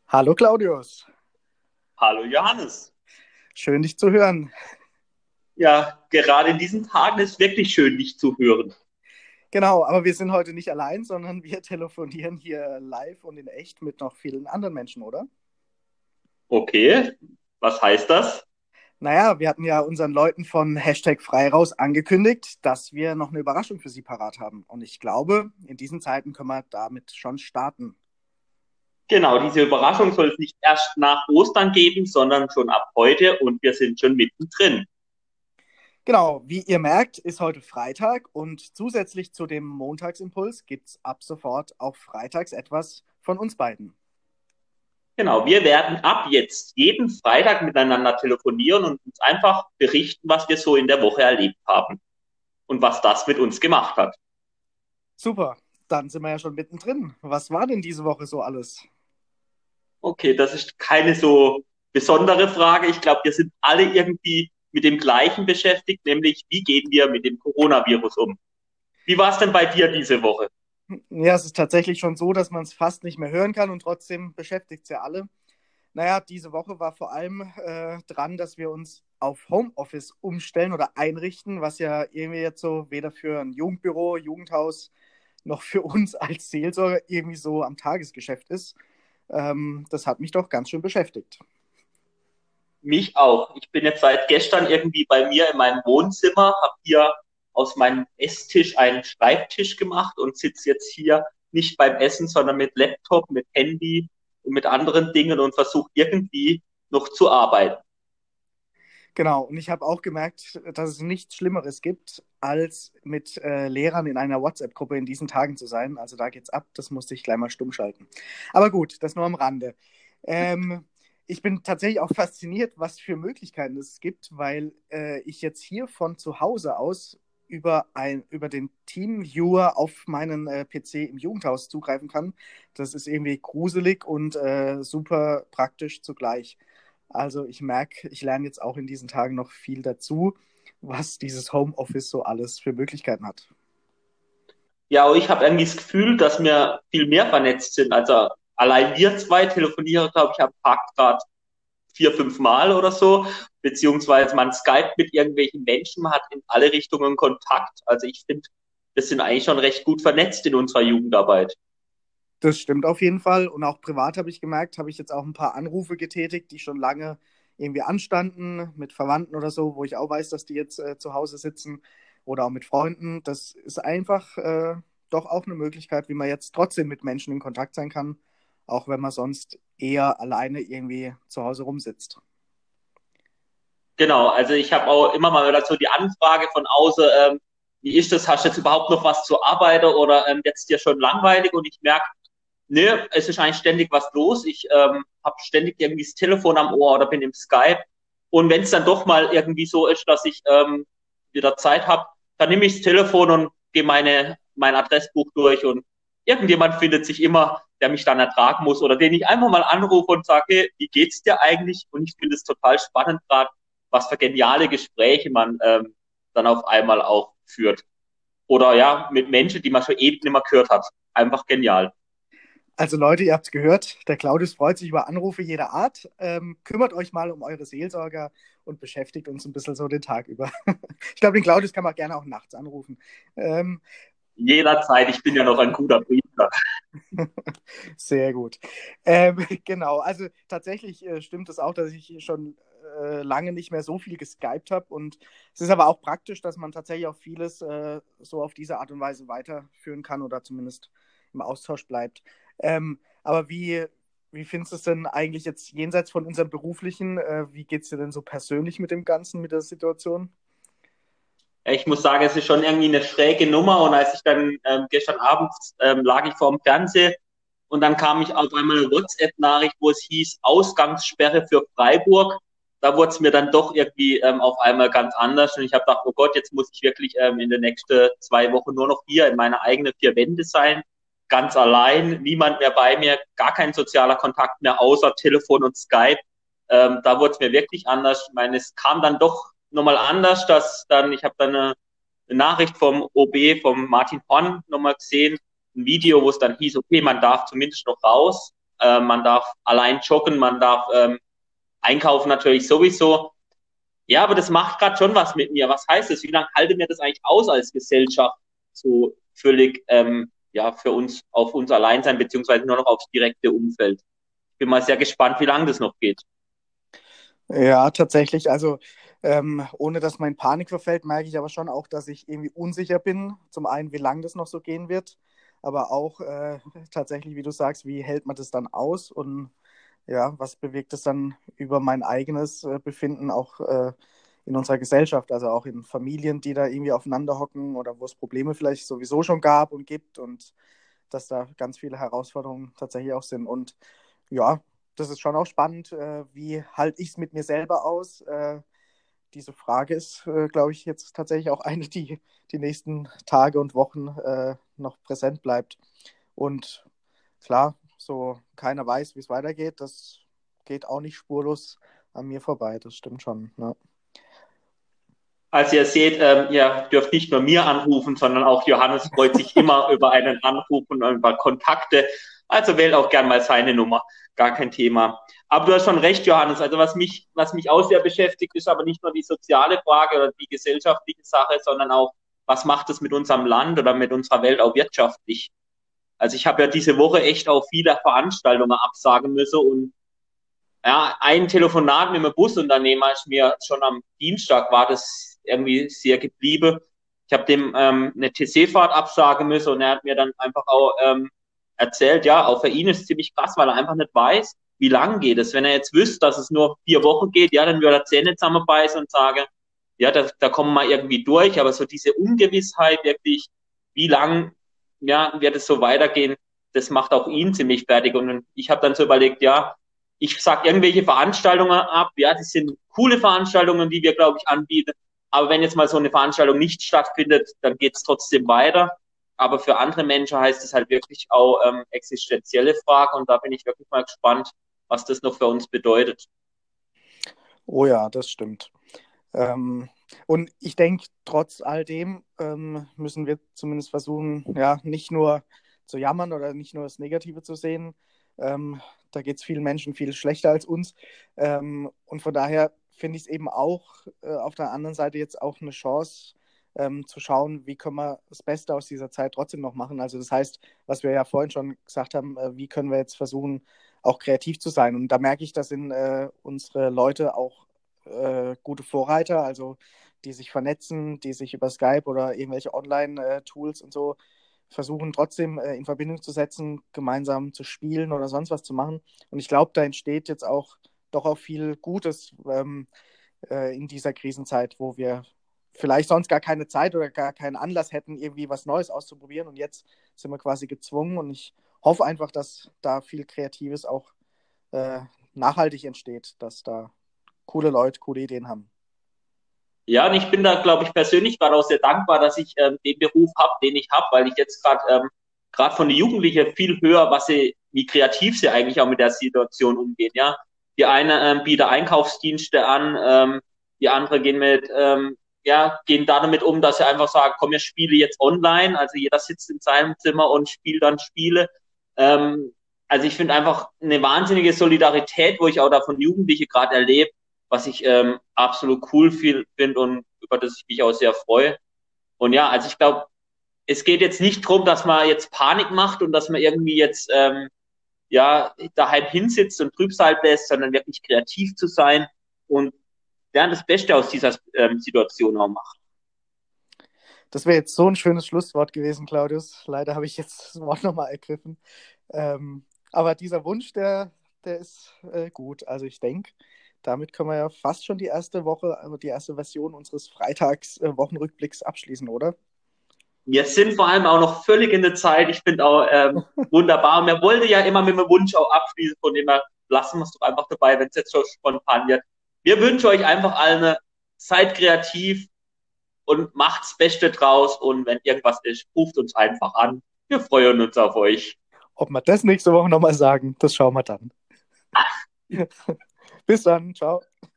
Hallo Claudius, Hallo Johannes. schön dich zu hören. Ja, gerade in diesen Tagen ist wirklich schön, dich zu hören. Genau, aber wir sind heute nicht allein, sondern wir telefonieren hier live und in echt mit noch vielen anderen Menschen, oder? Okay, was heißt das? Naja, wir hatten ja unseren Leuten von Hashtag frei raus angekündigt, dass wir noch eine Überraschung für sie parat haben. Und ich glaube, in diesen Zeiten können wir damit schon starten. Genau, diese Überraschung soll es nicht erst nach Ostern geben, sondern schon ab heute und wir sind schon mittendrin. Genau, wie ihr merkt, ist heute Freitag und zusätzlich zu dem Montagsimpuls gibt es ab sofort auch freitags etwas von uns beiden. Genau, wir werden ab jetzt jeden Freitag miteinander telefonieren und uns einfach berichten, was wir so in der Woche erlebt haben und was das mit uns gemacht hat. Super, dann sind wir ja schon mittendrin. Was war denn diese Woche so alles? Okay, das ist keine so besondere Frage. Ich glaube, wir sind alle irgendwie mit dem Gleichen beschäftigt, nämlich wie gehen wir mit dem Coronavirus um? Wie war es denn bei dir diese Woche? Ja, es ist tatsächlich schon so, dass man es fast nicht mehr hören kann und trotzdem beschäftigt es ja alle. Naja, diese Woche war vor allem dran, dass wir uns auf Homeoffice umstellen oder einrichten, was ja irgendwie jetzt so weder für ein Jugendbüro, Jugendhaus noch für uns als Seelsorger irgendwie so am Tagesgeschäft ist. Das hat mich doch ganz schön beschäftigt. Mich auch. Ich bin jetzt seit gestern irgendwie bei mir in meinem Wohnzimmer, habe hier aus meinem Esstisch einen Schreibtisch gemacht und sitze jetzt hier nicht beim Essen, sondern mit Laptop, mit Handy und mit anderen Dingen und versuche irgendwie noch zu arbeiten. Genau, und ich habe auch gemerkt, dass es nichts Schlimmeres gibt, als mit Lehrern in einer WhatsApp-Gruppe in diesen Tagen zu sein. Also da geht's ab, das musste ich gleich mal stumm schalten. Aber gut, das nur am Rande. Ähm, Ich bin tatsächlich auch fasziniert, was für Möglichkeiten es gibt, weil ich jetzt hier von zu Hause aus über den Teamviewer auf meinen PC im Jugendhaus zugreifen kann. Das ist irgendwie gruselig und super praktisch zugleich. Also ich merke, ich lerne jetzt auch in diesen Tagen noch viel dazu, was dieses Homeoffice so alles für Möglichkeiten hat. Ja, aber ich habe irgendwie das Gefühl, dass wir viel mehr vernetzt sind. Also allein wir zwei telefonieren, glaube ich, am Tag gerade 4, 5 Mal oder so, beziehungsweise man Skype mit irgendwelchen Menschen, man hat in alle Richtungen Kontakt. Also ich finde, wir sind eigentlich schon recht gut vernetzt in unserer Jugendarbeit. Das stimmt auf jeden Fall. Und auch privat habe ich gemerkt, habe ich jetzt auch ein paar Anrufe getätigt, die schon lange irgendwie anstanden, mit Verwandten oder so, wo ich auch weiß, dass die jetzt zu Hause sitzen oder auch mit Freunden. Das ist einfach doch auch eine Möglichkeit, wie man jetzt trotzdem mit Menschen in Kontakt sein kann, auch wenn man sonst eher alleine irgendwie zu Hause rumsitzt. Genau, also ich habe auch immer mal dazu die Anfrage von außen, wie ist das, hast du jetzt überhaupt noch was zu arbeiten oder jetzt dir schon langweilig? Und ich merke, ne, es ist eigentlich ständig was los. Ich habe ständig irgendwie das Telefon am Ohr oder bin im Skype. Und wenn es dann doch mal irgendwie so ist, dass ich wieder Zeit habe, dann nehme ich das Telefon und gehe mein Adressbuch durch und irgendjemand findet sich immer, der mich dann ertragen muss oder den ich einfach mal anrufe und sage, hey, wie geht's dir eigentlich? Und ich finde es total spannend gerade, was für geniale Gespräche man dann auf einmal auch führt. Oder ja, mit Menschen, die man schon ewig nicht mehr gehört hat. Einfach genial. Also Leute, ihr habt es gehört, der Claudius freut sich über Anrufe jeder Art. Kümmert euch mal um eure Seelsorger und beschäftigt uns ein bisschen so den Tag über. Ich glaube, den Claudius kann man gerne auch nachts anrufen. Ähm, Jederzeit, ich bin ja noch ein guter Priester. Sehr gut. Genau, also tatsächlich stimmt es auch, dass ich schon lange nicht mehr so viel geskypt habe. Und es ist aber auch praktisch, dass man tatsächlich auch vieles so auf diese Art und Weise weiterführen kann oder zumindest im Austausch bleibt. Aber wie findest du es denn eigentlich jetzt jenseits von unserem beruflichen? Wie geht es dir denn so persönlich mit dem Ganzen, mit der Situation? Ich muss sagen, es ist schon irgendwie eine schräge Nummer. Und als ich dann gestern Abend lag ich vor dem Fernseher und dann kam ich auf einmal eine WhatsApp-Nachricht, wo es hieß Ausgangssperre für Freiburg. Da wurde es mir dann doch irgendwie auf einmal ganz anders. Und ich habe gedacht, oh Gott, jetzt muss ich wirklich in den nächsten 2 Wochen nur noch hier in meiner eigenen 4 Wände sein. Ganz allein, niemand mehr bei mir, gar kein sozialer Kontakt mehr, außer Telefon und Skype. Da wurde es mir wirklich anders. Ich meine, es kam dann doch nochmal anders, dass dann, ich habe dann eine Nachricht vom OB, vom Martin Horn nochmal gesehen, ein Video, wo es dann hieß, okay, man darf zumindest noch raus. man darf allein joggen, man darf einkaufen natürlich sowieso. Ja, aber das macht gerade schon was mit mir. Was heißt das? Wie lange halten wir das eigentlich aus als Gesellschaft? So völlig ja, für uns auf uns allein sein, beziehungsweise nur noch aufs direkte Umfeld. Ich bin mal sehr gespannt, wie lange das noch geht. Ja, tatsächlich. Also, ohne dass mein Panik verfällt, merke ich aber schon auch, dass ich irgendwie unsicher bin. Zum einen, wie lange das noch so gehen wird, aber auch tatsächlich, wie du sagst, wie hält man das dann aus und ja, was bewegt es dann über mein eigenes Befinden auch in unserer Gesellschaft, also auch in Familien, die da irgendwie aufeinander hocken oder wo es Probleme vielleicht sowieso schon gab und gibt und dass da ganz viele Herausforderungen tatsächlich auch sind. Und ja, das ist schon auch spannend. Wie halte ich es mit mir selber aus? Diese Frage ist, glaube ich, jetzt tatsächlich auch eine, die die nächsten Tage und Wochen noch präsent bleibt. Und klar, so keiner weiß, wie es weitergeht. Das geht auch nicht spurlos an mir vorbei. Das stimmt schon. Ne? Also ihr seht, ihr dürft nicht nur mir anrufen, sondern auch Johannes freut sich immer über einen Anruf und über Kontakte. Also wählt auch gern mal seine Nummer, gar kein Thema. Aber du hast schon recht, Johannes. Also was mich auch sehr beschäftigt, ist aber nicht nur die soziale Frage oder die gesellschaftliche Sache, sondern auch, was macht es mit unserem Land oder mit unserer Welt auch wirtschaftlich? Also ich habe ja diese Woche echt auch viele Veranstaltungen absagen müssen und ja, ein Telefonat mit einem Busunternehmer ist mir schon am Dienstag war das irgendwie sehr geblieben. Ich habe dem eine TC-Fahrt absagen müssen und er hat mir dann einfach auch erzählt, ja, auch für ihn ist es ziemlich krass, weil er einfach nicht weiß, wie lang geht es. Wenn er jetzt wüsste, dass es nur 4 Wochen geht, ja, dann würde er Zähne zusammenbeißen und sagen, ja, da kommen wir irgendwie durch. Aber so diese Ungewissheit wirklich, wie lang ja, wird es so weitergehen, das macht auch ihn ziemlich fertig. Und ich habe dann so überlegt, ja, ich sag irgendwelche Veranstaltungen ab, ja, das sind coole Veranstaltungen, die wir, glaube ich, anbieten. Aber wenn jetzt mal so eine Veranstaltung nicht stattfindet, dann geht es trotzdem weiter. Aber für andere Menschen heißt es halt wirklich auch existenzielle Fragen und da bin ich wirklich mal gespannt, was das noch für uns bedeutet. Oh ja, das stimmt. Und ich denke, trotz all dem müssen wir zumindest versuchen, ja, nicht nur zu jammern oder nicht nur das Negative zu sehen. Da geht es vielen Menschen viel schlechter als uns. Und von daher finde ich es eben auch auf der anderen Seite jetzt auch eine Chance, zu schauen, wie können wir das Beste aus dieser Zeit trotzdem noch machen. Also das heißt, was wir ja vorhin schon gesagt haben, wie können wir jetzt versuchen, auch kreativ zu sein. Und da merke ich, dass in unsere Leute auch gute Vorreiter, also die sich vernetzen, die sich über Skype oder irgendwelche Online-Tools und so versuchen trotzdem in Verbindung zu setzen, gemeinsam zu spielen oder sonst was zu machen. Und ich glaube, da entsteht jetzt auch doch auch viel Gutes in dieser Krisenzeit, wo wir vielleicht sonst gar keine Zeit oder gar keinen Anlass hätten, irgendwie was Neues auszuprobieren. Und jetzt sind wir quasi gezwungen. Und ich hoffe einfach, dass da viel Kreatives auch äh, nachhaltig entsteht, dass da coole Leute coole Ideen haben. Ja, und ich bin da, glaube ich, persönlich gerade auch sehr dankbar, dass ich den Beruf habe, den ich habe, weil ich jetzt gerade von den Jugendlichen viel höre, wie kreativ sie eigentlich auch mit der Situation umgehen. Ja, die eine bietet Einkaufsdienste an, die andere gehen da damit um, dass sie einfach sagen, komm, ich spiele jetzt online. Also jeder sitzt in seinem Zimmer und spielt dann Spiele. Also ich finde einfach eine wahnsinnige Solidarität, wo ich auch da von Jugendlichen gerade erlebe, was ich absolut cool finde und über das ich mich auch sehr freue. Und ja, also ich glaube, es geht jetzt nicht darum, dass man jetzt Panik macht und dass man irgendwie jetzt ja daheim hinsitzt und Trübsal lässt, sondern wirklich kreativ zu sein und ja, das Beste aus dieser Situation auch macht. Das wäre jetzt so ein schönes Schlusswort gewesen, Claudius. Leider habe ich jetzt das Wort nochmal ergriffen. Aber dieser Wunsch, der ist gut. Also ich denke, damit können wir ja fast schon die erste Woche, also die erste Version unseres Freitags-Wochenrückblicks abschließen, oder? Wir sind vor allem auch noch völlig in der Zeit. Ich finde auch wunderbar. Und wir wollten ja immer mit einem Wunsch auch abschließen, von dem wir lassen wir es doch einfach dabei, wenn es jetzt schon spontan wird. Wir wünschen euch einfach allen, seid kreativ und macht's Beste draus. Und wenn irgendwas ist, ruft uns einfach an. Wir freuen uns auf euch. Ob wir das nächste Woche nochmal sagen, das schauen wir dann. Bis dann, ciao.